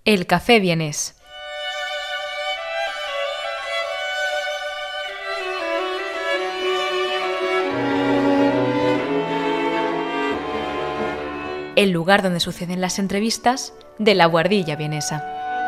El Café Vienés. El lugar donde suceden las entrevistas de la Boardilla Vienesa.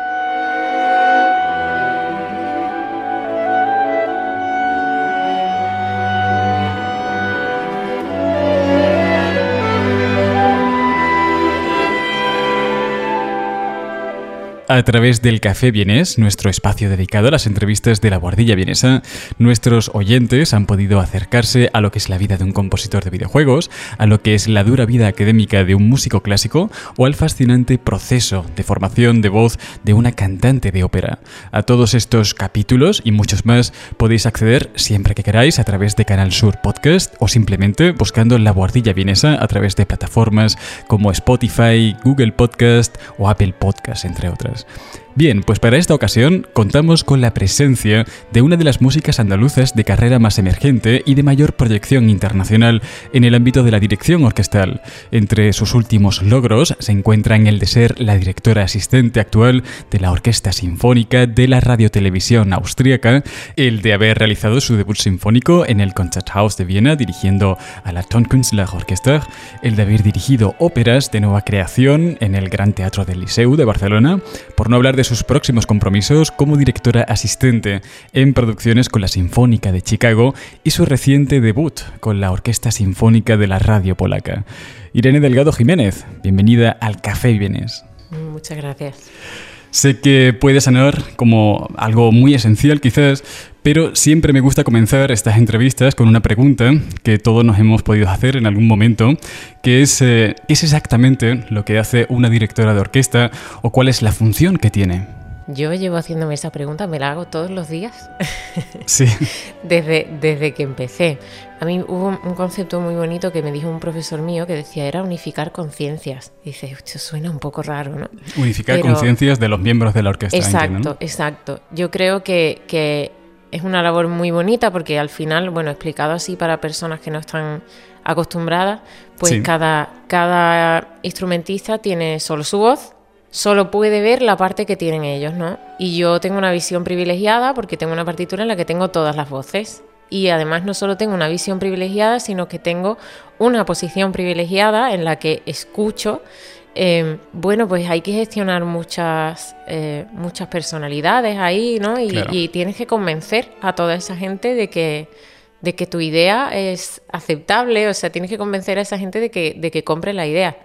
A través del Café Vienés, nuestro espacio dedicado a las entrevistas de la Boardilla Vienesa, nuestros oyentes han podido acercarse a lo que es la vida de un compositor de videojuegos, a lo que es la dura vida académica de un músico clásico o al fascinante proceso de formación de voz de una cantante de ópera. A todos estos capítulos y muchos más podéis acceder siempre que queráis a través de Canal Sur Podcast o simplemente buscando la Boardilla Vienesa a través de plataformas como Spotify, Google Podcast o Apple Podcast, entre otras. Bien, pues para esta ocasión contamos con la presencia de una de las músicas andaluzas de carrera más emergente y de mayor proyección internacional en el ámbito de la dirección orquestal. Entre sus últimos logros se encuentran el de ser la directora asistente actual de la Orquesta Sinfónica de la Radiotelevisión Austríaca, el de haber realizado su debut sinfónico en el Konzerthaus de Viena dirigiendo a la Tonkünstlerorchester, el de haber dirigido óperas de nueva creación en el Gran Teatro del Liceu de Barcelona, por no hablar de sus próximos compromisos como directora asistente en producciones con la Sinfónica de Chicago y su reciente debut con la Orquesta Sinfónica de la Radio Polaca. Irene Delgado Jiménez, bienvenida al Café Vienés. Muchas gracias. Sé que puede sonar como algo muy esencial quizás, pero siempre me gusta comenzar estas entrevistas con una pregunta que todos nos hemos podido hacer en algún momento, que es ¿qué es exactamente lo que hace una directora de orquesta o cuál es la función que tiene? Yo llevo haciéndome esa pregunta, me la hago todos los días. Sí. Desde que empecé. A mí hubo un concepto muy bonito que me dijo un profesor mío que decía, era unificar conciencias. Y dices, esto suena un poco raro, ¿no? Unificar conciencias de los miembros de la orquesta. Exacto, entiendo, ¿no? Exacto. Yo creo que es una labor muy bonita porque al final, bueno, explicado así para personas que no están acostumbradas, pues sí. Cada instrumentista tiene solo su voz, solo puede ver la parte que tienen ellos, ¿no? Y yo tengo una visión privilegiada porque tengo una partitura en la que tengo todas las voces. Y además no solo tengo una visión privilegiada, sino que tengo una posición privilegiada en la que escucho. Bueno, pues hay que gestionar muchas personalidades ahí, ¿no? Y tienes que convencer a toda esa gente de que tu idea es aceptable, o sea, tienes que convencer a esa gente de que compre la idea.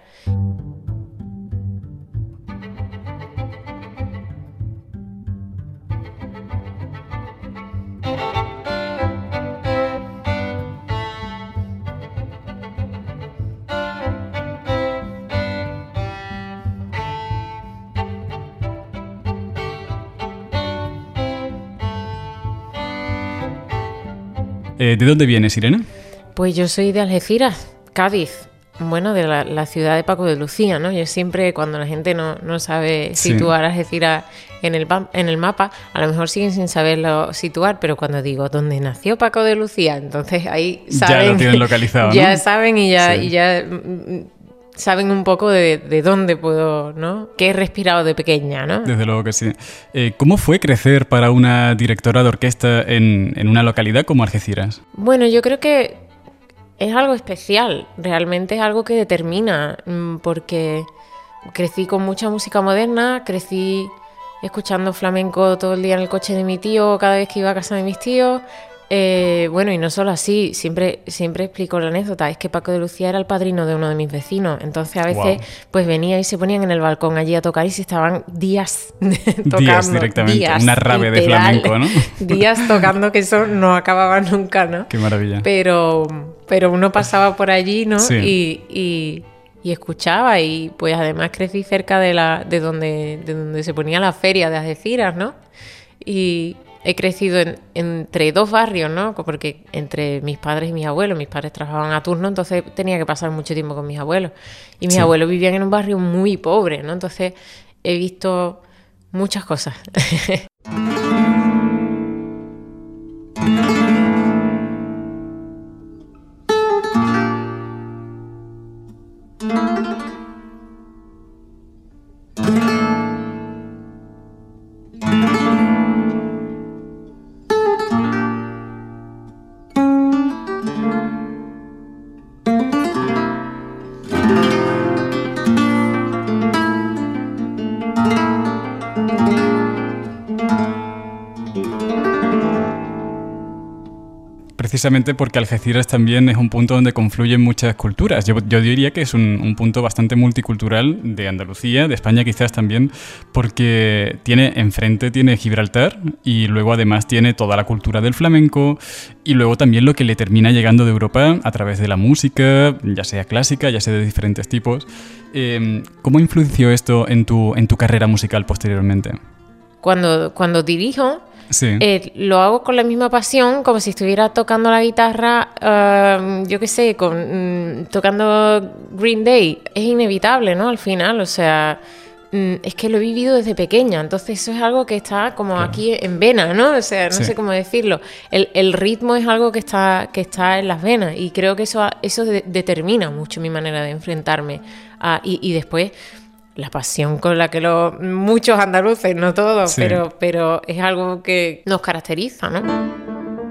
¿De dónde vienes, Irene? Pues yo soy de Algeciras, Cádiz. Bueno, de la ciudad de Paco de Lucía, ¿no? Yo siempre, cuando la gente no sabe situar Algeciras en el mapa, a lo mejor siguen sin saberlo situar, pero cuando digo dónde nació Paco de Lucía, entonces ahí saben. Ya lo tienen localizado, ya ¿no? Saben y ya saben un poco de dónde puedo, ¿no? Que he respirado de pequeña, ¿no? Desde luego que sí. ¿Cómo fue crecer para una directora de orquesta en una localidad como Algeciras? Bueno, yo creo que es algo especial, realmente es algo que determina, porque crecí con mucha música moderna, crecí escuchando flamenco todo el día en el coche de mi tío, cada vez que iba a casa de mis tíos. Bueno, y no solo así, siempre explico la anécdota, es que Paco de Lucía era el padrino de uno de mis vecinos, entonces a veces pues venía y se ponían en el balcón allí a tocar y se estaban días tocando. Días directamente, una rave de flamenco, ¿no? Días tocando, que eso no acababa nunca, ¿no? Qué maravilla. Pero uno pasaba por allí, ¿no? Sí. Y escuchaba, y pues además crecí cerca de donde se ponía la feria de Algeciras, ¿no? Y he crecido entre dos barrios, ¿no? Porque entre mis padres y mis padres trabajaban a turno, entonces tenía que pasar mucho tiempo con mis abuelos. Y mis abuelos vivían en un barrio muy pobre, ¿no? Entonces he visto muchas cosas. Precisamente porque Algeciras también es un punto donde confluyen muchas culturas. Yo diría que es un punto bastante multicultural de Andalucía, de España quizás también, porque enfrente tiene Gibraltar y luego además tiene toda la cultura del flamenco y luego también lo que le termina llegando de Europa a través de la música, ya sea clásica, ya sea de diferentes tipos. ¿Cómo influenció esto en tu carrera musical posteriormente? Cuando dirijo, sí. Lo hago con la misma pasión, como si estuviera tocando la guitarra, yo qué sé, tocando Green Day. Es inevitable, ¿no? Al final, o sea, es que lo he vivido desde pequeña, entonces eso es algo que está como claro. Aquí en vena, ¿no? O sea, no sí. sé cómo decirlo. El ritmo es algo que está en las venas y creo que eso determina mucho mi manera de enfrentarme. Y después la pasión con la que muchos andaluces, no todos, sí. pero es algo que nos caracteriza, ¿no?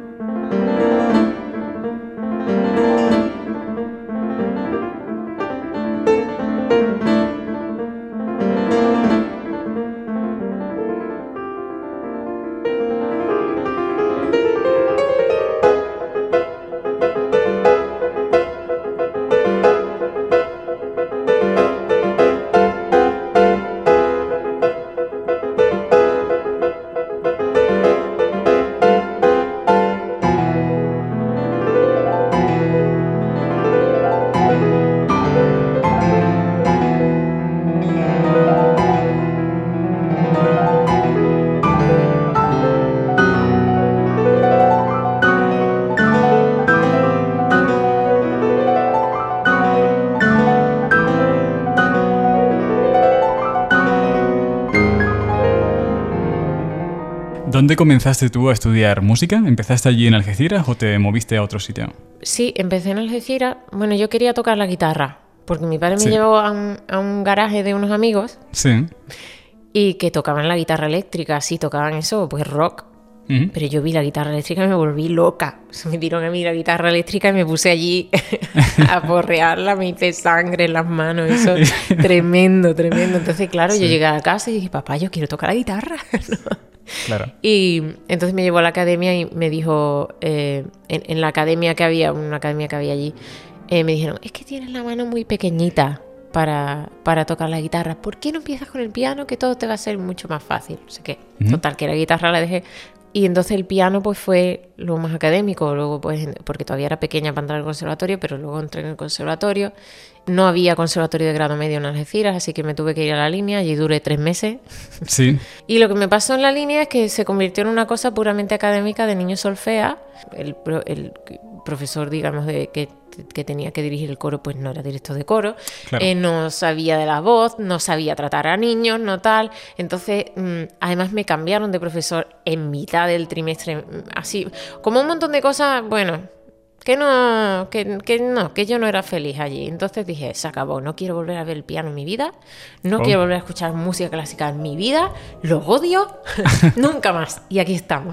¿Dónde comenzaste tú a estudiar música? ¿Empezaste allí en Algeciras o te moviste a otro sitio? Sí, empecé en Algeciras. Bueno, yo quería tocar la guitarra, porque mi padre me llevó a un garaje de unos amigos sí. y que tocaban la guitarra eléctrica, sí, tocaban eso, pues rock. Uh-huh. Pero yo vi la guitarra eléctrica y me volví loca. Se me dieron a mí la guitarra eléctrica y me puse allí a porrearla, me hice sangre en las manos, eso tremendo, tremendo. Entonces, claro, sí. Yo llegué a casa y dije, papá, yo quiero tocar la guitarra. ¿No? Claro. Y entonces me llevó a la academia y me dijo, en la academia que había, una academia que había allí, me dijeron, es que tienes la mano muy pequeñita para tocar la guitarra. ¿Por qué no empiezas con el piano? Que todo te va a ser mucho más fácil. No sé qué. Uh-huh. Total, que la guitarra la dejé. Y entonces el piano pues fue lo más académico, luego pues porque todavía era pequeña para entrar al conservatorio, pero luego entré en el conservatorio. No había conservatorio de grado medio en Algeciras, así que me tuve que ir a la línea, allí duré 3 meses. Sí. Y lo que me pasó en la línea es que se convirtió en una cosa puramente académica de niños solfea. El profesor, digamos, que tenía que dirigir el coro, pues no era director de coro, claro. No sabía de la voz, no sabía tratar a niños, no tal. Entonces, además me cambiaron de profesor en mitad del trimestre, así, como un montón de cosas, bueno, que yo no era feliz allí. Entonces dije, se acabó, no quiero volver a ver el piano en mi vida, no quiero volver a escuchar música clásica en mi vida, lo odio, nunca más. Y aquí estamos.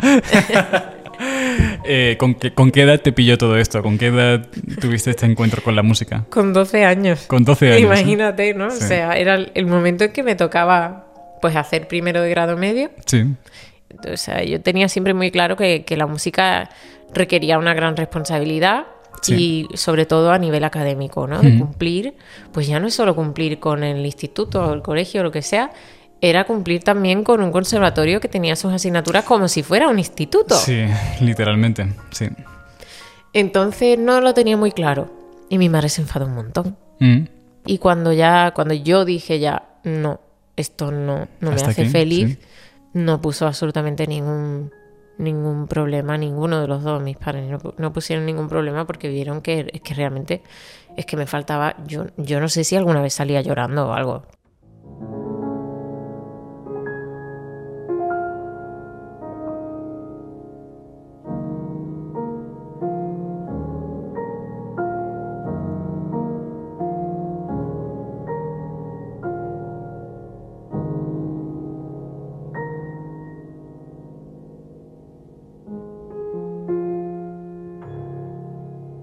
¿Con qué edad te pilló todo esto? ¿Con qué edad tuviste este encuentro con la música? Con 12 años. Con 12 años. Imagínate, ¿no? Sí. O sea, era el momento en que me tocaba pues hacer primero de grado medio. Sí. O sea, yo tenía siempre muy claro que la música requería una gran responsabilidad. Sí. Y sobre todo a nivel académico, ¿no? De cumplir, pues ya no es solo cumplir con el instituto o el colegio o lo que sea, era cumplir también con un conservatorio que tenía sus asignaturas como si fuera un instituto. Sí, literalmente, sí. Entonces no lo tenía muy claro y mi madre se enfadó un montón. Y cuando yo dije ya, no, esto no me hace aquí, feliz, sí. No puso absolutamente ningún problema, ninguno de los dos, mis padres no pusieron ningún problema porque vieron que realmente es que me faltaba, yo no sé si alguna vez salía llorando o algo.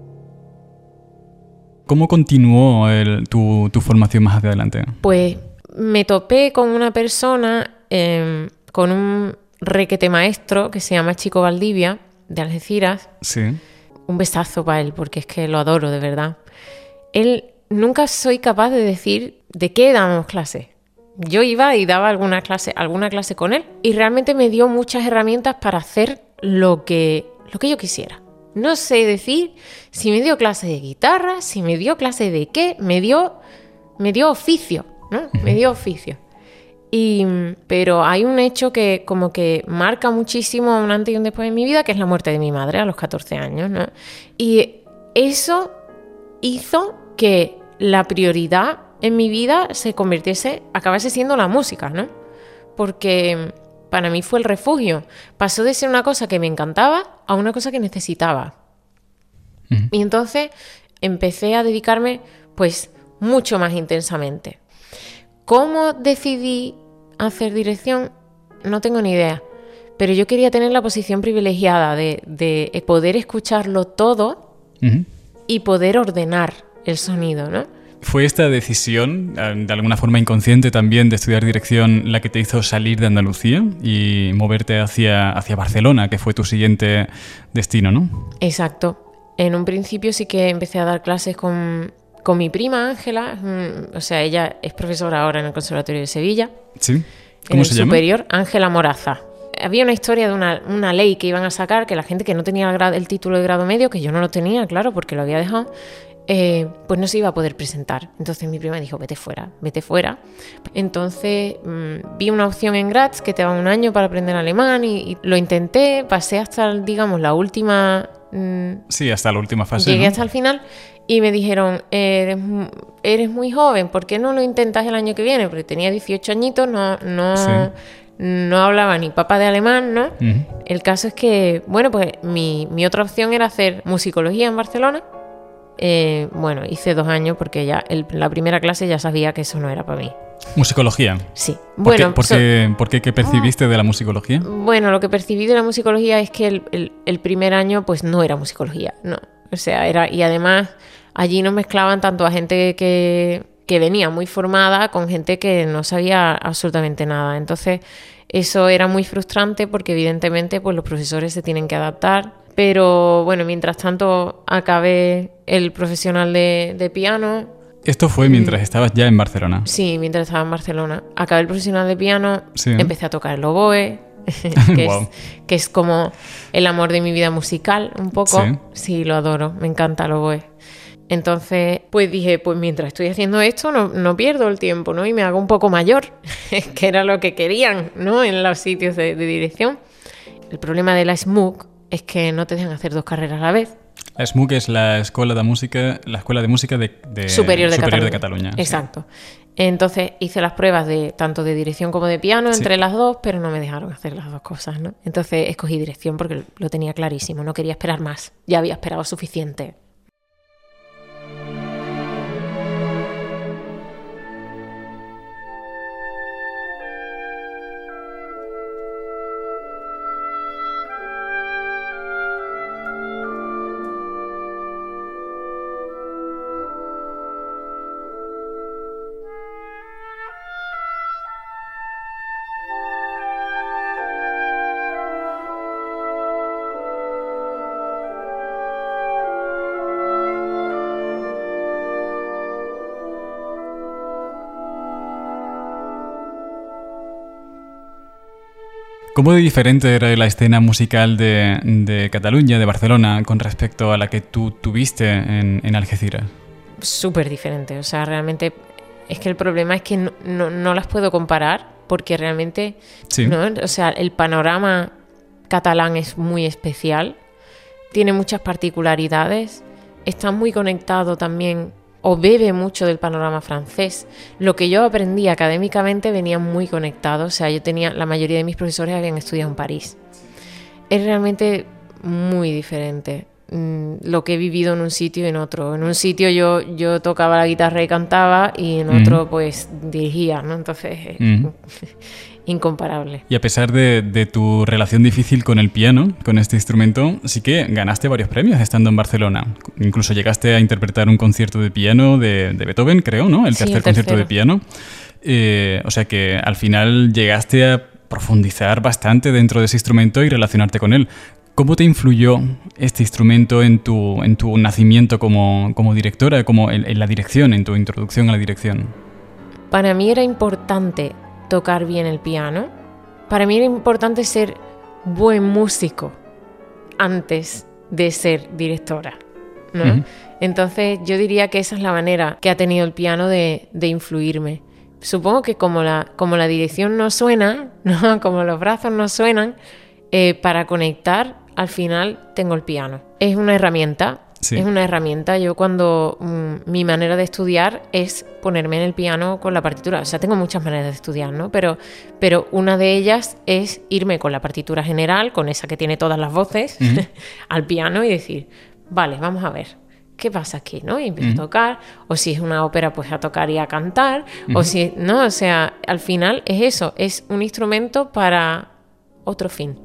¿Cómo continuó tu formación más hacia adelante? Pues me topé con una persona, con un requete maestro que se llama Chico Valdivia, de Algeciras. Sí. Un besazo para él, porque es que lo adoro, de verdad. Él, nunca soy capaz de decir de qué dábamos clase. Yo iba y daba alguna clase con él, y realmente me dio muchas herramientas para hacer lo que yo quisiera. No sé decir si me dio clase de guitarra, si me dio clase de qué, me dio oficio, ¿no? Me dio oficio. Pero hay un hecho que como que marca muchísimo un antes y un después en mi vida, que es la muerte de mi madre a los 14 años, ¿no? Y eso hizo que la prioridad en mi vida acabase siendo la música, ¿no? Porque para mí fue el refugio. Pasó de ser una cosa que me encantaba a una cosa que necesitaba. Y entonces empecé a dedicarme pues mucho más intensamente. ¿Cómo decidí hacer dirección? No tengo ni idea. Pero yo quería tener la posición privilegiada de poder escucharlo todo y poder ordenar el sonido, ¿no? ¿Fue esta decisión, de alguna forma inconsciente también, de estudiar dirección la que te hizo salir de Andalucía y moverte hacia Barcelona, que fue tu siguiente destino, ¿no? Exacto. En un principio sí que empecé a dar clases con mi prima Ángela, o sea, ella es profesora ahora en el Conservatorio de Sevilla. Sí. ¿Cómo se llama? Superior, Ángela Moraza. Había una historia de una ley que iban a sacar, que la gente que no tenía el título de grado medio, que yo no lo tenía, claro, porque lo había dejado, pues no se iba a poder presentar. Entonces mi prima dijo, vete fuera. Entonces vi una opción en Graz que te daba 1 año para aprender alemán y lo intenté, pasé hasta, digamos, la última... Sí, hasta la última fase. Llegué, ¿no? hasta el final y me dijeron, eres muy joven, ¿por qué no lo intentas el año que viene? Porque tenía 18 añitos, no hablaba ni papa de alemán, ¿no? El caso es que, bueno, pues mi otra opción era hacer musicología en Barcelona. Bueno, hice 2 años porque ya la primera clase ya sabía que eso no era para mí. ¿Musicología? Sí. ¿Por qué? ¿Qué percibiste de la musicología? Bueno, lo que percibí de la musicología es que el primer año pues no era musicología, no. O sea, y además allí nos mezclaban tanto a gente que venía muy formada con gente que no sabía absolutamente nada. Entonces eso era muy frustrante porque evidentemente pues los profesores se tienen que adaptar. Pero bueno, mientras tanto acabé el profesional de piano. ¿Esto fue mientras estabas ya en Barcelona? Sí, mientras estaba en Barcelona. Acabé el profesional de piano, sí. Empecé a tocar el oboe, que es como el amor de mi vida musical, un poco. Sí, lo adoro, me encanta el oboe. Entonces, pues dije, pues mientras estoy haciendo esto no pierdo el tiempo, ¿no? Y me hago un poco mayor, que era lo que querían, ¿no? En los sitios de dirección. El problema de la SMUC es que no te dejan hacer 2 carreras a la vez. La SMUC es la Escuela de Música Superior de Cataluña. Exacto. Sí. Entonces hice las pruebas tanto de dirección como de piano entre las dos, pero no me dejaron hacer las 2 cosas, ¿no? Entonces escogí dirección porque lo tenía clarísimo, no quería esperar más, ya había esperado suficiente. ¿Cómo de diferente era la escena musical de Cataluña, de Barcelona, con respecto a la que tú tuviste en Algeciras? Súper diferente, o sea, realmente es que el problema es que no las puedo comparar porque realmente, sí. ¿no? O sea, el panorama catalán es muy especial, tiene muchas particularidades, está muy conectado también o bebe mucho del panorama francés. Lo que yo aprendí académicamente venía muy conectado, o sea, la mayoría de mis profesores habían estudiado en París. Es realmente muy diferente lo que he vivido en un sitio y en otro. En un sitio yo tocaba la guitarra y cantaba y en otro pues dirigía, ¿no? Entonces incomparable. Y a pesar de tu relación difícil con el piano, con este instrumento, sí que ganaste varios premios estando en Barcelona. Incluso llegaste a interpretar un concierto de piano de Beethoven, creo, ¿no? El tercer concierto de piano. O sea que al final llegaste a profundizar bastante dentro de ese instrumento y relacionarte con él. ¿Cómo te influyó este instrumento en tu nacimiento como directora, como en la dirección, en tu introducción a la dirección? Para mí era importante tocar bien el piano. Para mí era importante ser buen músico antes de ser directora, ¿no? Uh-huh. Entonces yo diría que esa es la manera que ha tenido el piano de influirme. Supongo que como la dirección no suena, ¿no? Como los brazos no suenan, para conectar, al final tengo el piano. Es una herramienta. Sí. Es una herramienta. Yo cuando mi manera de estudiar es ponerme en el piano con la partitura. O sea, tengo muchas maneras de estudiar, ¿no? Pero una de ellas es irme con la partitura general, con esa que tiene todas las voces, uh-huh. al piano y decir, vale, vamos a ver, ¿qué pasa aquí, no? Y empiezo uh-huh. a tocar. O si es una ópera, pues a tocar y a cantar. Uh-huh. O si, no, o sea, al final es eso. Es un instrumento para otro fin.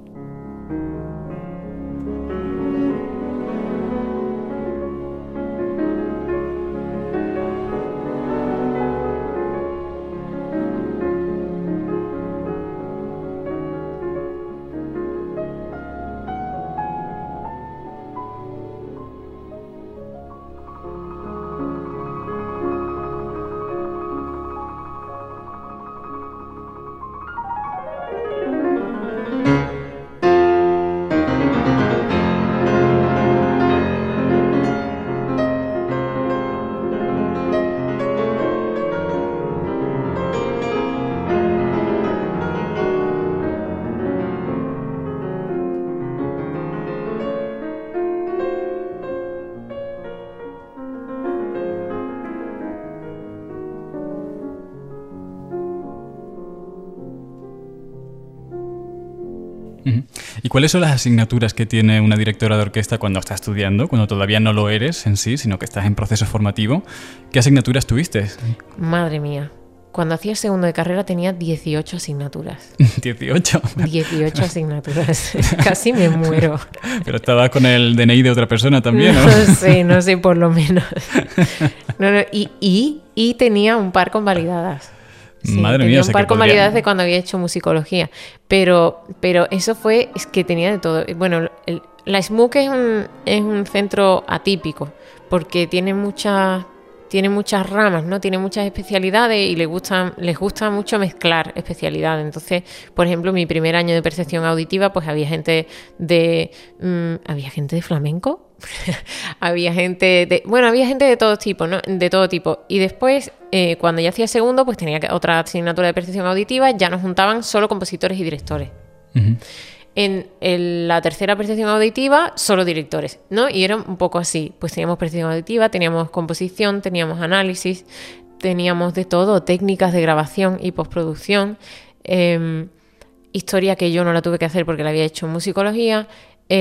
¿Y cuáles son las asignaturas que tiene una directora de orquesta cuando está estudiando, cuando todavía no lo eres en sí, sino que estás en proceso formativo? ¿Qué asignaturas tuviste? Madre mía. Cuando hacía segundo de carrera tenía 18 asignaturas. ¿18? 18 asignaturas. Casi me muero. Pero estabas con el DNI de otra persona también, ¿no? No sé, por lo menos. No, y tenía un par convalidadas. Sí, madre tenía mía, un par con validades de cuando había hecho musicología, pero eso fue, es que tenía de todo. Bueno, la SMUC es un centro atípico porque tiene muchas ramas, ¿no? Tiene muchas especialidades y les gusta mucho mezclar especialidades. Entonces, por ejemplo, mi primer año de percepción auditiva, pues había gente de flamenco. había gente de todo tipo, ¿no? De todo tipo. Y después, cuando ya hacía segundo, pues tenía otra asignatura de percepción auditiva, ya nos juntaban solo compositores y directores. Uh-huh. En la tercera percepción auditiva, solo directores, ¿no? Y era un poco así. Pues teníamos percepción auditiva, teníamos composición, teníamos análisis, teníamos de todo, técnicas de grabación y postproducción, historia que yo no la tuve que hacer porque la había hecho en musicología.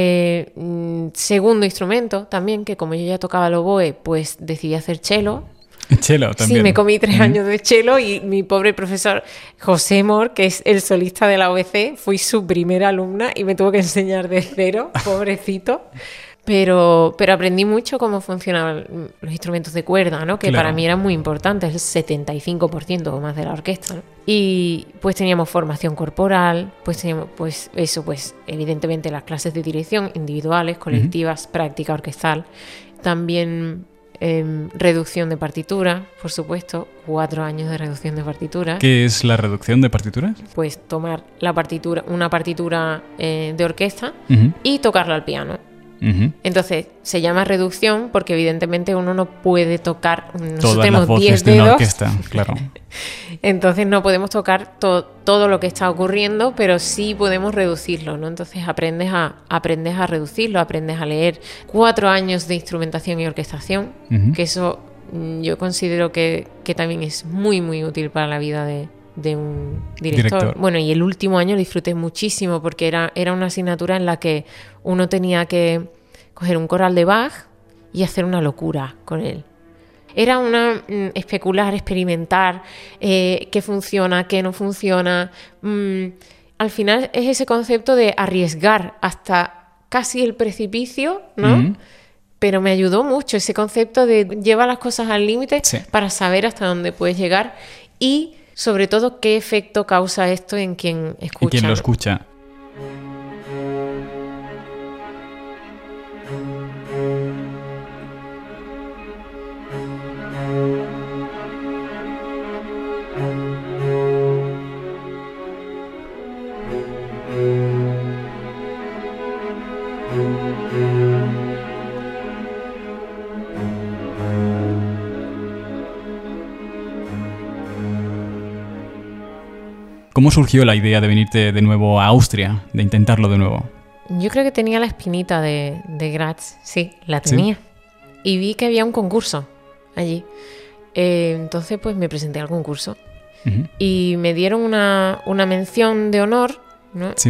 Segundo instrumento también, que como yo ya tocaba el oboe, pues decidí hacer cello. Cello también. Sí, me comí 3 años de cello y mi pobre profesor José Mor, que es el solista de la OBC, fui su primera alumna y me tuvo que enseñar de cero, pobrecito. Pero aprendí mucho cómo funcionaban los instrumentos de cuerda, ¿no? Que para mí eran muy importantes, el 75% o más de la orquesta, ¿no? Y pues teníamos formación corporal, pues teníamos evidentemente las clases de dirección individuales, colectivas, práctica orquestal, también reducción de partitura, por supuesto, 4 años de reducción de partitura. ¿Qué es la reducción de partituras? Pues tomar una partitura de orquesta y tocarla al piano. Uh-huh. Entonces se llama reducción porque evidentemente uno no puede tocar, nosotros tenemos 10 dedos de una orquesta, claro. Entonces no podemos tocar todo lo que está ocurriendo, pero sí podemos reducirlo, ¿no? Entonces aprendes a reducirlo, aprendes a leer. 4 años de instrumentación y orquestación, uh-huh. que eso yo considero que también es muy muy útil para la vida de un director. Bueno, y el último año lo disfruté muchísimo porque era una asignatura en la que uno tenía que coger un coral de Bach y hacer una locura con él. Era una especular, experimentar, qué funciona, qué no funciona. Al final es ese concepto de arriesgar hasta casi el precipicio, ¿no? Uh-huh. Pero me ayudó mucho ese concepto de llevar las cosas al límite, sí. para saber hasta dónde puedes llegar y sobre todo qué efecto causa esto en quien escucha. Y quien lo escucha. ¿Cómo surgió la idea de venirte de nuevo a Austria, de intentarlo de nuevo? Yo creo que tenía la espinita de Graz, sí, la tenía. ¿Sí? Y vi que había un concurso allí. Entonces, pues me presenté al concurso. Uh-huh. Y me dieron una mención de honor, ¿no? Sí.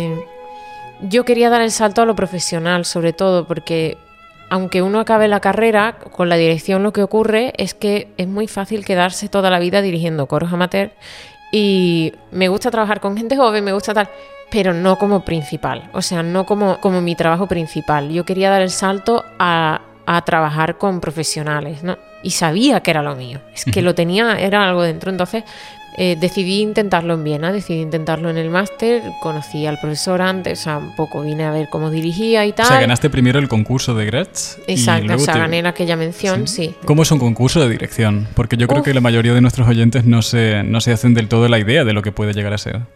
Yo quería dar el salto a lo profesional, sobre todo, porque aunque uno acabe la carrera, con la dirección lo que ocurre es que es muy fácil quedarse toda la vida dirigiendo coros amateur. Y me gusta trabajar con gente joven, me gusta tal, pero no como principal, o sea, no como mi trabajo principal. Yo quería dar el salto a trabajar con profesionales, ¿no? Y sabía que era lo mío, es que lo tenía, era algo dentro. Entonces decidí intentarlo en Viena, decidí intentarlo en el máster, conocí al profesor antes, o sea, un poco vine a ver cómo dirigía y tal. O sea, ganaste primero el concurso de Graz. Exacto, o sea, gané aquella mención, sí. ¿Cómo es un concurso de dirección? Porque yo creo que la mayoría de nuestros oyentes no se hacen del todo la idea de lo que puede llegar a ser.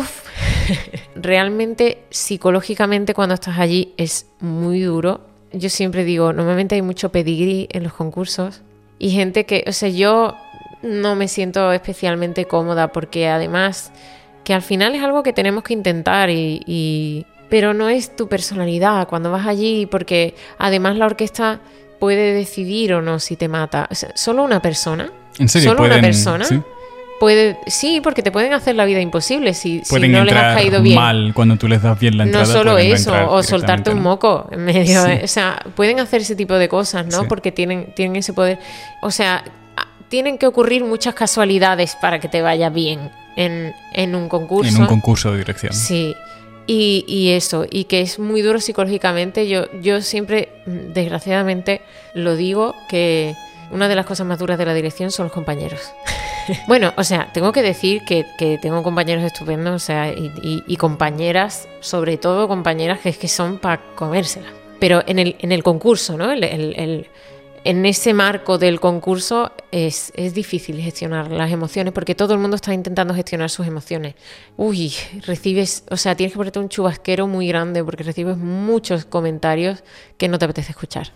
Realmente, psicológicamente, cuando estás allí es muy duro. Yo siempre digo, normalmente hay mucho pedigrí en los concursos y gente que, o sea, yo no me siento especialmente cómoda porque además que al final es algo que tenemos que intentar pero no es tu personalidad cuando vas allí, porque además la orquesta puede decidir o no si te mata. O sea, solo una persona. ¿En serio? Solo una persona. ¿Sí? Puede, sí, porque te pueden hacer la vida imposible si no les has caído bien. Mal cuando tú les das bien la entrada. No solo eso, o soltarte un moco en medio. Sí. O sea, pueden hacer ese tipo de cosas, ¿no? Sí. Porque tienen ese poder. O sea, tienen que ocurrir muchas casualidades para que te vaya bien en un concurso. En un concurso de dirección. Sí. Y eso, y que es muy duro psicológicamente. Yo siempre, desgraciadamente, lo digo, que una de las cosas más duras de la dirección son los compañeros. Bueno, o sea, tengo que decir que tengo compañeros estupendos, o sea, y compañeras, sobre todo compañeras que son para comérsela. Pero en el concurso, ¿no? En ese marco del concurso es difícil gestionar las emociones porque todo el mundo está intentando gestionar sus emociones. Recibes, o sea, tienes que ponerte un chubasquero muy grande porque recibes muchos comentarios que no te apetece escuchar.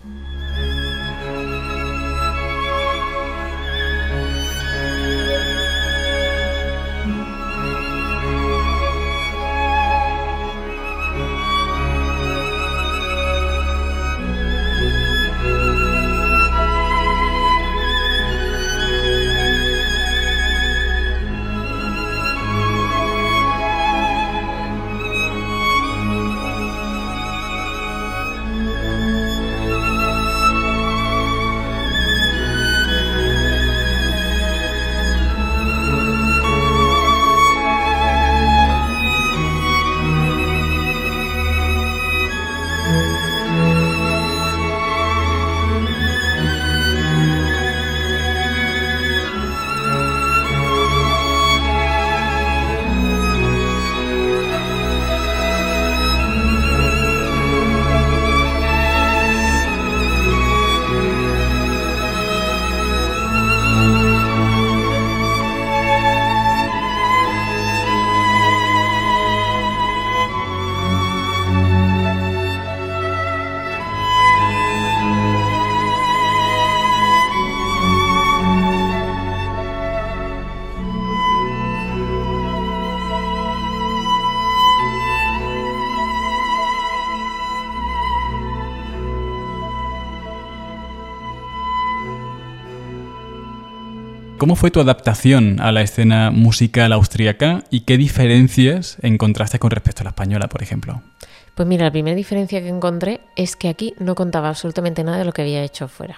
¿Cómo fue tu adaptación a la escena musical austríaca y qué diferencias encontraste con respecto a la española, por ejemplo? Pues mira, la primera diferencia que encontré es que aquí no contaba absolutamente nada de lo que había hecho fuera.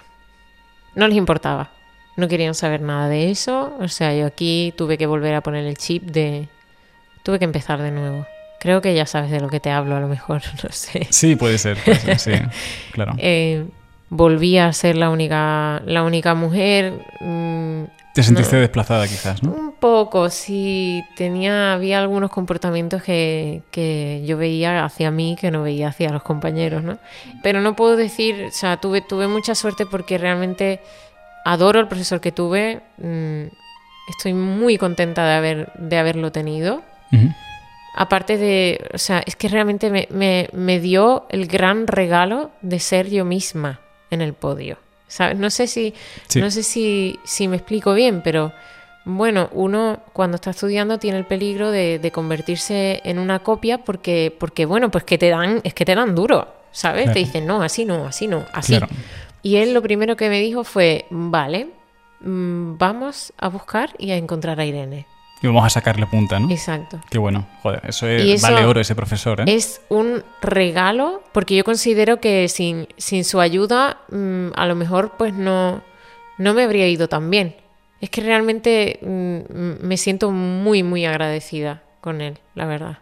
No les importaba, no querían saber nada de eso. O sea, yo aquí tuve que volver a poner el chip tuve que empezar de nuevo. Creo que ya sabes de lo que te hablo, a lo mejor, no sé. Sí, puede ser, sí, claro. Volví a ser la única mujer. Te sentiste desplazada quizás, ¿no? Un poco, sí. Había algunos comportamientos que yo veía hacia mí que no veía hacia los compañeros, ¿no? Pero no puedo decir, o sea, tuve mucha suerte porque realmente adoro al profesor que tuve. Estoy muy contenta de haberlo tenido. Uh-huh. Aparte de, o sea, es que realmente me dio el gran regalo de ser yo misma en el podio. ¿Sabes? No sé si me explico bien, pero bueno, uno cuando está estudiando tiene el peligro de convertirse en una copia porque bueno, pues que te dan duro, ¿sabes? Claro. Te dicen, no, así, así. Claro. Y él lo primero que me dijo fue, vale, vamos a buscar y a encontrar a Irene. Y vamos a sacarle punta, ¿no? Exacto. Qué bueno. Joder, eso vale oro ese profesor, ¿eh? Es un regalo, porque yo considero que sin su ayuda a lo mejor pues no me habría ido tan bien. Es que realmente me siento muy, muy agradecida con él, la verdad.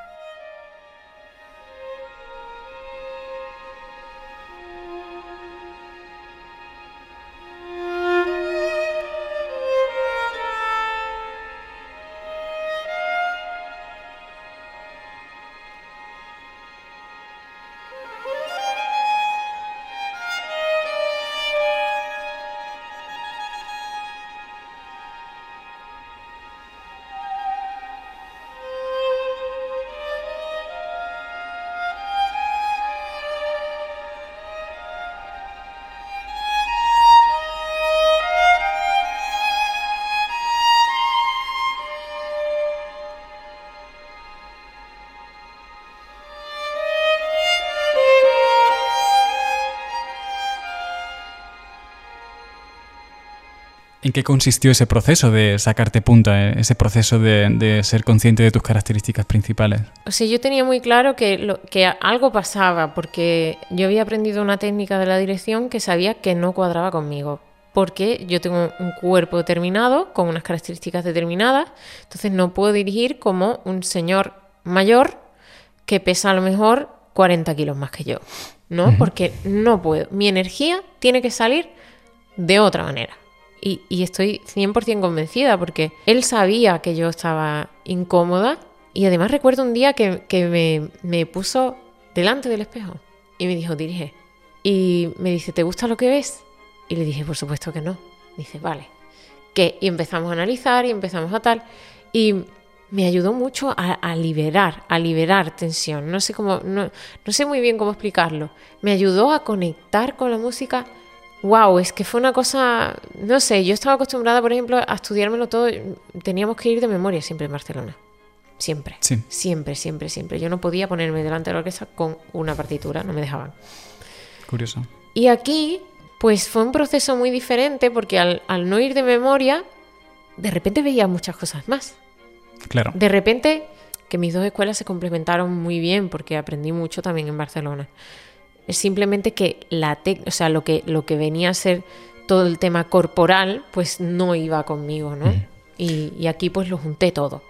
¿En qué consistió ese proceso de sacarte punta, ese proceso de ser consciente de tus características principales? O sea, yo tenía muy claro que algo pasaba, porque yo había aprendido una técnica de la dirección que sabía que no cuadraba conmigo, porque yo tengo un cuerpo determinado, con unas características determinadas, entonces no puedo dirigir como un señor mayor que pesa a lo mejor 40 kilos más que yo, ¿no? Uh-huh. Porque no puedo. Mi energía tiene que salir de otra manera. Y estoy 100% convencida porque él sabía que yo estaba incómoda y además recuerdo un día que me puso delante del espejo y me dijo, dirige. Y me dice, ¿te gusta lo que ves? Y le dije, por supuesto que no. Dice, vale. ¿Qué? Y empezamos a analizar y empezamos a tal. Y me ayudó mucho a liberar tensión. No sé muy bien cómo explicarlo. Me ayudó a conectar con la música. Wow, es que fue una cosa, no sé, yo estaba acostumbrada, por ejemplo, a estudiármelo todo, teníamos que ir de memoria siempre en Barcelona, siempre, sí. siempre. Yo no podía ponerme delante de la orquesta con una partitura, no me dejaban. Curioso. Y aquí, pues fue un proceso muy diferente porque al no ir de memoria, de repente veía muchas cosas más. Claro. De repente, que mis dos escuelas se complementaron muy bien porque aprendí mucho también en Barcelona. Es simplemente que o sea, lo que venía a ser todo el tema corporal, pues no iba conmigo, ¿no? Y aquí pues lo junté todo.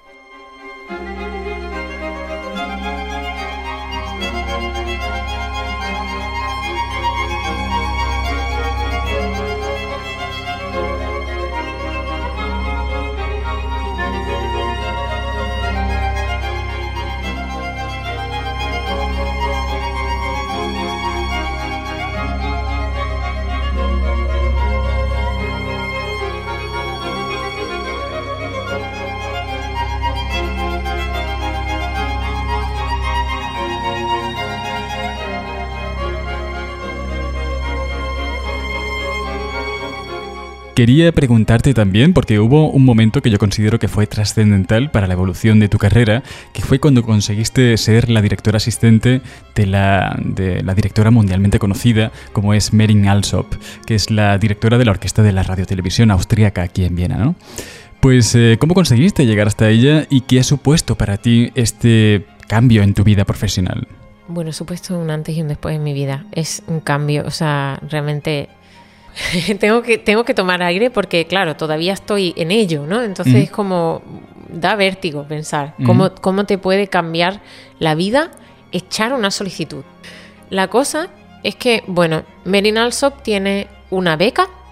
Quería preguntarte también, porque hubo un momento que yo considero que fue trascendental para la evolución de tu carrera, que fue cuando conseguiste ser la directora asistente de la directora mundialmente conocida como es Merin Alsop, que es la directora de la Orquesta de la Radiotelevisión Austríaca aquí en Viena, ¿no? Pues, ¿cómo conseguiste llegar hasta ella y qué ha supuesto para ti este cambio en tu vida profesional? Bueno, supuesto un antes y un después en mi vida. Es un cambio, o sea, realmente... tengo que tomar aire porque, claro, todavía estoy en ello, ¿no? Entonces es como... da vértigo pensar cómo te puede cambiar la vida echar una solicitud. La cosa es que, bueno, Merin Alsop tiene una beca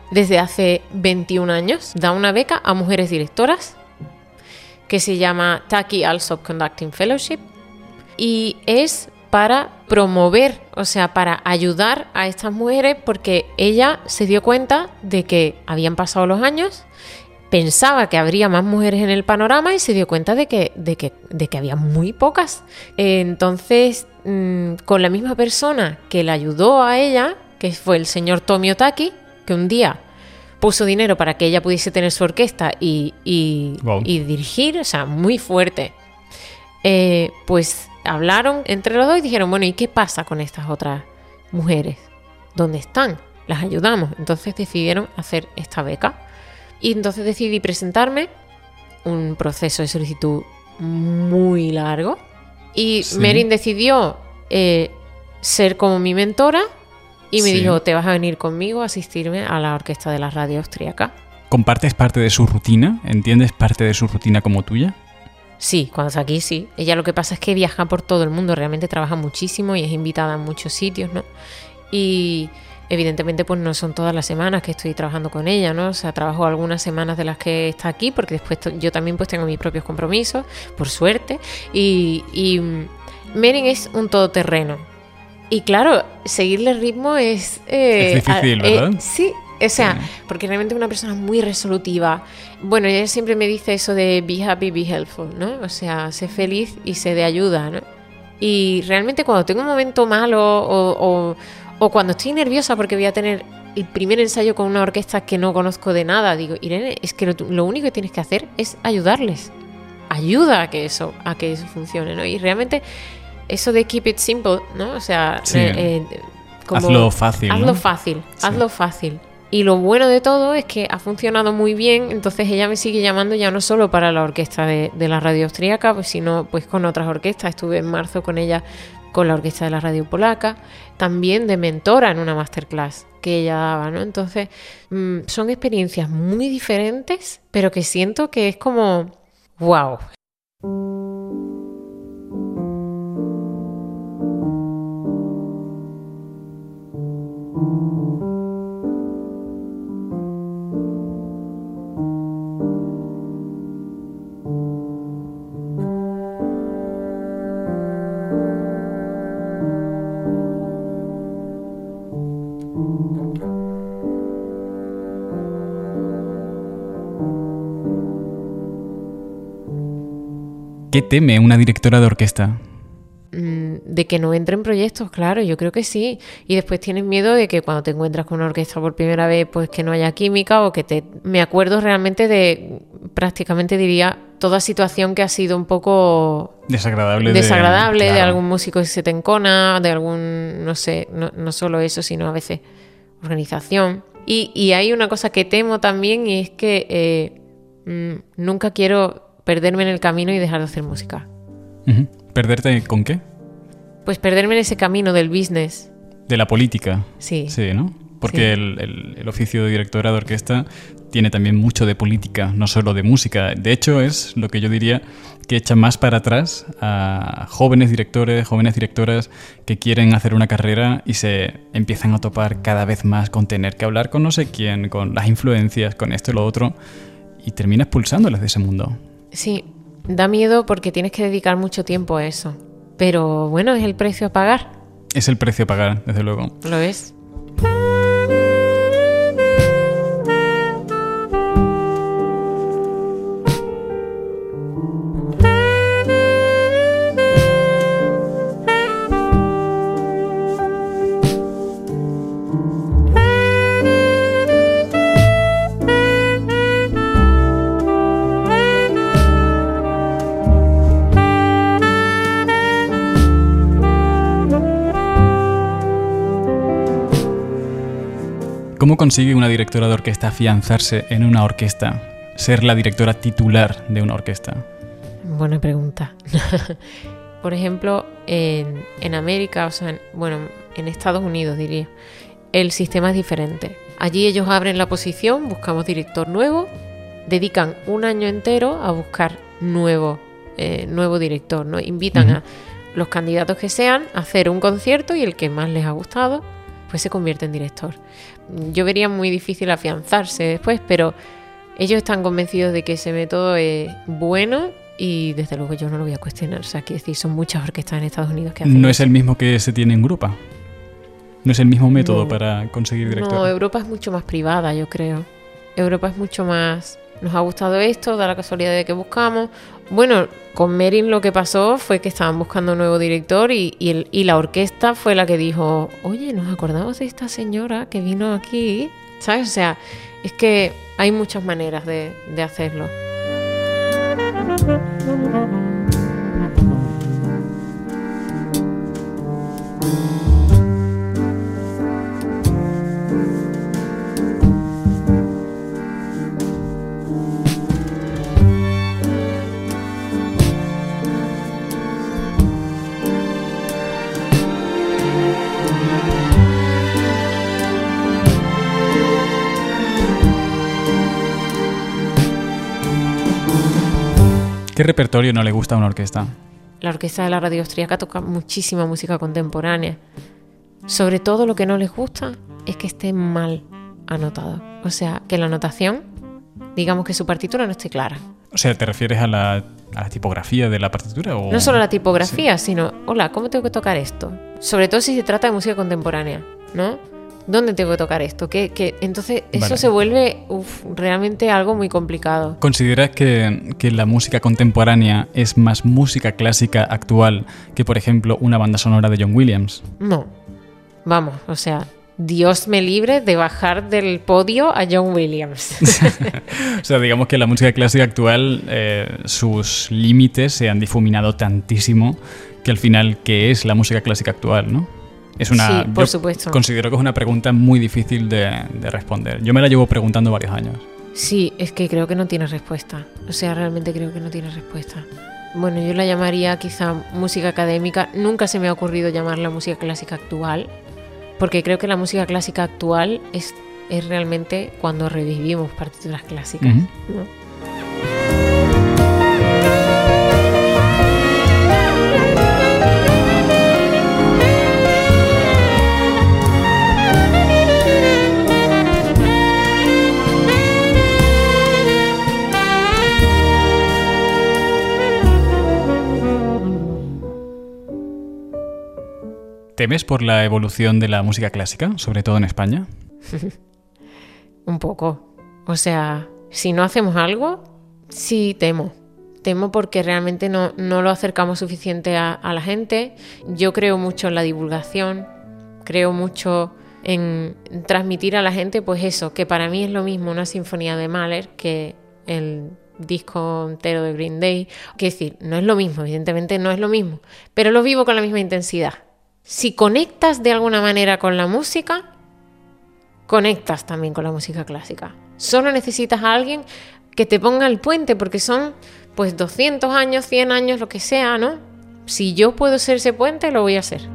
desde hace 21 años da una beca a mujeres directoras que se llama Taki Also Conducting Fellowship y es para promover, o sea, para ayudar a estas mujeres porque ella se dio cuenta de que habían pasado los años, pensaba que habría más mujeres en el panorama y se dio cuenta de que había muy pocas. Entonces, con la misma persona que la ayudó a ella, que fue el señor Tomio Taki, que un día puso dinero para que ella pudiese tener su orquesta y dirigir, o sea, muy fuerte, pues hablaron entre los dos y dijeron, bueno, ¿y qué pasa con estas otras mujeres? ¿Dónde están? Las ayudamos. Entonces decidieron hacer esta beca. Y entonces decidí presentarme, un proceso de solicitud muy largo. Y sí. Merin decidió ser como mi mentora y me dijo, te vas a venir conmigo a asistirme a la orquesta de la radio austríaca. ¿Compartes parte de su rutina? ¿Entiendes parte de su rutina como tuya? Sí, cuando está aquí sí. Ella lo que pasa es que viaja por todo el mundo, realmente trabaja muchísimo y es invitada a muchos sitios, ¿no? Y evidentemente pues no son todas las semanas que estoy trabajando con ella, ¿no? O sea, trabajo algunas semanas de las que está aquí porque después yo también pues tengo mis propios compromisos, por suerte. Y Merin es un todoterreno. Y claro, seguirle el ritmo es difícil, ¿verdad? Sí. O sea, porque realmente es una persona muy resolutiva. Bueno, ella siempre me dice eso de be happy, be helpful, ¿no? O sea, sé feliz y sé de ayuda, ¿no? Y realmente cuando tengo un momento malo o cuando estoy nerviosa porque voy a tener el primer ensayo con una orquesta que no conozco de nada, digo, Irene, es que lo único que tienes que hacer es ayudarles. Ayuda a que eso funcione, ¿no? Y realmente eso de keep it simple, ¿no? O sea, sí. como, hazlo fácil, hazlo ¿no? fácil, sí. hazlo fácil. Y lo bueno de todo es que ha funcionado muy bien, entonces ella me sigue llamando ya no solo para la orquesta de la radio austríaca, pues, sino pues con otras orquestas. Estuve en marzo con ella con la orquesta de la radio polaca, también de mentora en una masterclass que ella daba, ¿no? Entonces son experiencias muy diferentes, pero que siento que es como wow. ¿Qué teme una directora de orquesta? De que no entre en proyectos, claro, yo creo que sí. Y después tienes miedo de que cuando te encuentras con una orquesta por primera vez, pues que no haya química o que Me acuerdo realmente de, prácticamente diría, toda situación que ha sido un poco desagradable de claro. algún músico que se te encona, de algún, no sé, no solo eso, sino a veces organización. Y hay una cosa que temo también y es que nunca quiero perderme en el camino y dejar de hacer música. Uh-huh. ¿Perderte con qué? Pues perderme en ese camino del business. De la política. Sí. Sí, ¿no? Porque sí. El oficio de directora de orquesta tiene también mucho de política, no solo de música. De hecho, es lo que yo diría que echa más para atrás a jóvenes directores, jóvenes directoras que quieren hacer una carrera y se empiezan a topar cada vez más con tener que hablar con no sé quién, con las influencias, con esto y lo otro, y terminas expulsándolas de ese mundo. Sí, da miedo porque tienes que dedicar mucho tiempo a eso. Pero bueno, es el precio a pagar. Es el precio a pagar, desde luego. ¿Lo es? ¿Cómo consigue una directora de orquesta afianzarse en una orquesta? Ser la directora titular de una orquesta. Buena pregunta. Por ejemplo, en América, o sea, en Estados Unidos diría, el sistema es diferente. Allí ellos abren la posición, buscamos director nuevo, dedican un año entero a buscar nuevo director, ¿no? Invitan a los candidatos que sean a hacer un concierto y el que más les ha gustado, pues se convierte en director. yo vería muy difícil afianzarse después, pero ellos están convencidos de que ese método es bueno y desde luego yo no lo voy a cuestionar. O sea, quiero decir, son muchas orquestas en Estados Unidos que hacen ¿No eso. es el mismo que se tiene en Europa? ¿No es el mismo método para conseguir directores? No, Europa es mucho más privada, yo creo. Europa es mucho más... Nos ha gustado esto, da la casualidad de que buscamos. Bueno, con Merin lo que pasó fue que estaban buscando un nuevo director y la orquesta fue la que dijo, oye, ¿nos acordamos de esta señora que vino aquí? ¿Sabes? O sea, es que hay muchas maneras de hacerlo. ¿Qué repertorio no le gusta a una orquesta? La orquesta de la radio austríaca toca muchísima música contemporánea. Sobre todo lo que no les gusta es que esté mal anotado. O sea, que la notación, digamos que su partitura no esté clara. O sea, ¿te refieres a la tipografía de la partitura? ¿O? No solo la tipografía, sino, hola, ¿cómo tengo que tocar esto? Sobre todo si se trata de música contemporánea, ¿no? ¿Dónde tengo que tocar esto? Entonces eso se vuelve realmente algo muy complicado. ¿Consideras que la música contemporánea es más música clásica actual que, por ejemplo, una banda sonora de John Williams? No. Vamos, o sea, Dios me libre de bajar del podio a John Williams. O sea, digamos que la música clásica actual, sus límites se han difuminado tantísimo que al final, ¿qué es la música clásica actual, no? Es una, sí, por supuesto. Considero que es una pregunta muy difícil de responder. Yo me la llevo preguntando varios años. Sí, es que creo que no tiene respuesta. O sea, realmente creo que no tiene respuesta. Bueno, yo la llamaría quizá música académica. Nunca se me ha ocurrido llamarla música clásica actual, porque creo que la música clásica actual es realmente cuando revivimos partituras clásicas, ¿no? ¿Temes por la evolución de la música clásica, sobre todo en España? Un poco. O sea, si no hacemos algo, sí temo. Temo porque realmente no lo acercamos suficiente a la gente. Yo creo mucho en la divulgación, creo mucho en transmitir a la gente, pues eso, que para mí es lo mismo una sinfonía de Mahler que el disco entero de Green Day. Quiero decir, no es lo mismo, evidentemente no es lo mismo, pero lo vivo con la misma intensidad. Si conectas de alguna manera con la música, conectas también con la música clásica. Solo necesitas a alguien que te ponga el puente, porque son pues 200 años, 100 años, lo que sea, ¿no? Si yo puedo ser ese puente, lo voy a hacer.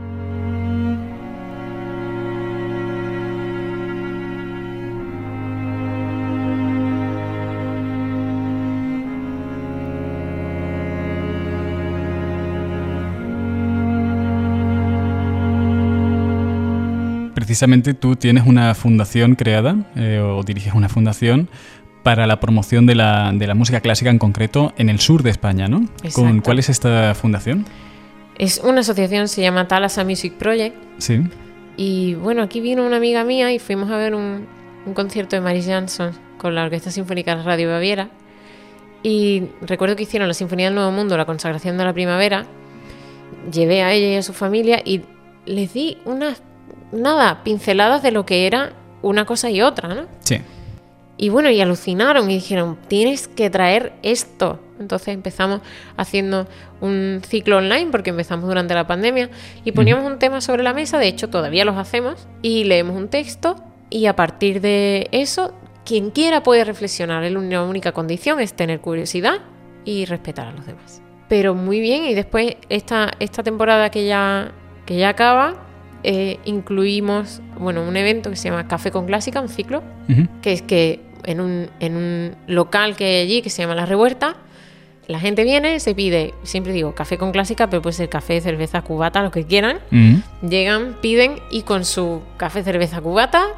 Precisamente tú tienes una fundación creada o diriges una fundación para la promoción de la música clásica en concreto en el sur de España, ¿no? Exacto. ¿Cuál es esta fundación? Es una asociación, se llama Thalassa Music Project. Sí. Y bueno, aquí vino una amiga mía y fuimos a ver un concierto de Maris Jansson con la Orquesta Sinfónica de Radio Baviera. Y recuerdo que hicieron la Sinfonía del Nuevo Mundo, la Consagración de la Primavera. Llevé a ella y a su familia y les di unas pinceladas de lo que era una cosa y otra, ¿no? Sí. Y bueno, y alucinaron y dijeron, tienes que traer esto. Entonces empezamos haciendo un ciclo online, porque empezamos durante la pandemia, y poníamos un tema sobre la mesa, de hecho todavía los hacemos, y leemos un texto, y a partir de eso, quien quiera puede reflexionar. La única condición es tener curiosidad y respetar a los demás. Pero muy bien, y después esta temporada que ya acaba, incluimos un evento que se llama Café con Clásica, un ciclo, que es que en un local que hay allí que se llama La Revuelta, la gente viene, se pide, siempre digo café con clásica, pero puede ser café, cerveza, cubata, lo que quieran. Llegan, piden y con su café, cerveza, cubata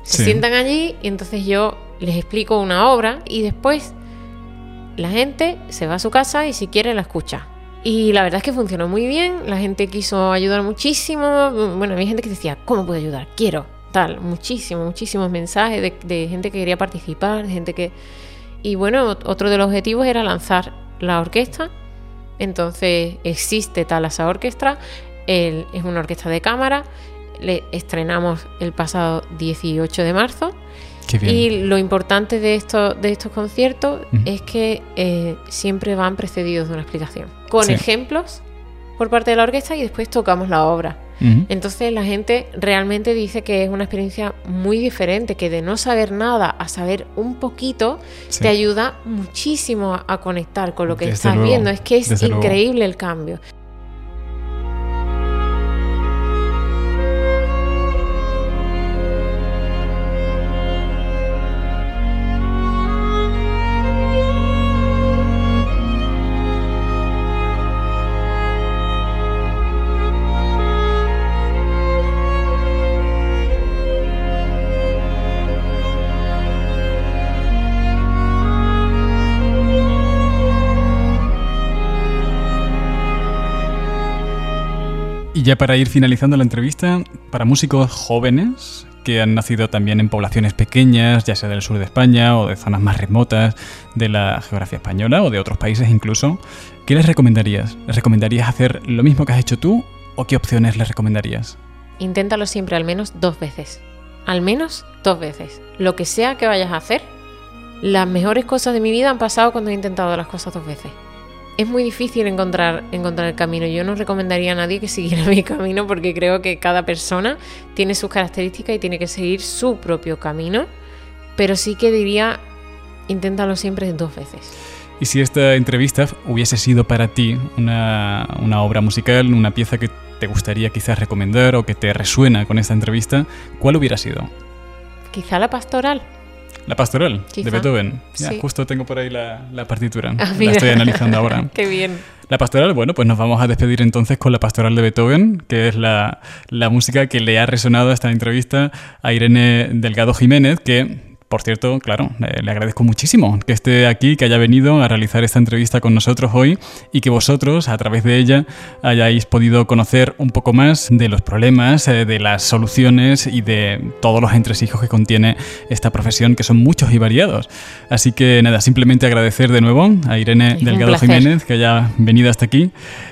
Se sientan allí y entonces yo les explico una obra y después la gente se va a su casa y si quiere la escucha. Y la verdad es que funcionó muy bien, la gente quiso ayudar muchísimo. Bueno, había gente que decía, ¿cómo puedo ayudar? Quiero, tal, muchísimos mensajes de gente que quería participar, de gente que... Y bueno, otro de los objetivos era lanzar la orquesta. Entonces existe Thalassa Orchestra, es una orquesta de cámara, le estrenamos el pasado 18 de marzo. Qué bien. Y lo importante de estos conciertos es que siempre van precedidos de una explicación, con ejemplos por parte de la orquesta y después tocamos la obra. Entonces la gente realmente dice que es una experiencia muy diferente, que de no saber nada a saber un poquito te ayuda muchísimo a conectar con lo que estás viendo. Es que es increíble el cambio. Y ya para ir finalizando la entrevista, para músicos jóvenes que han nacido también en poblaciones pequeñas, ya sea del sur de España o de zonas más remotas de la geografía española o de otros países incluso, ¿qué les recomendarías? ¿Les recomendarías hacer lo mismo que has hecho tú o qué opciones les recomendarías? Inténtalo siempre al menos 2 veces. Al menos 2 veces. Lo que sea que vayas a hacer, las mejores cosas de mi vida han pasado cuando he intentado las cosas 2 veces. Es muy difícil encontrar el camino. Yo no recomendaría a nadie que siguiera mi camino porque creo que cada persona tiene sus características y tiene que seguir su propio camino. Pero sí que diría, inténtalo siempre 2 veces. Y si esta entrevista hubiese sido para ti una obra musical, una pieza que te gustaría quizás recomendar o que te resuena con esta entrevista, ¿cuál hubiera sido? Quizá la pastoral. La pastoral, quizá, de Beethoven. Ya, sí. Justo tengo por ahí la partitura. La estoy analizando ahora. Qué bien. La pastoral, bueno, pues nos vamos a despedir entonces con la pastoral de Beethoven, que es la música que le ha resonado a esta entrevista a Irene Delgado Jiménez, que... Por cierto, claro, le agradezco muchísimo que esté aquí, que haya venido a realizar esta entrevista con nosotros hoy y que vosotros, a través de ella, hayáis podido conocer un poco más de los problemas, de las soluciones y de todos los entresijos que contiene esta profesión, que son muchos y variados. Así que nada, simplemente agradecer de nuevo a Irene Delgado Jiménez que haya venido hasta aquí.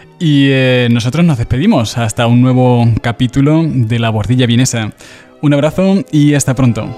Y nosotros nos despedimos hasta un nuevo capítulo de La Buhardilla Vienesa. Un abrazo y hasta pronto.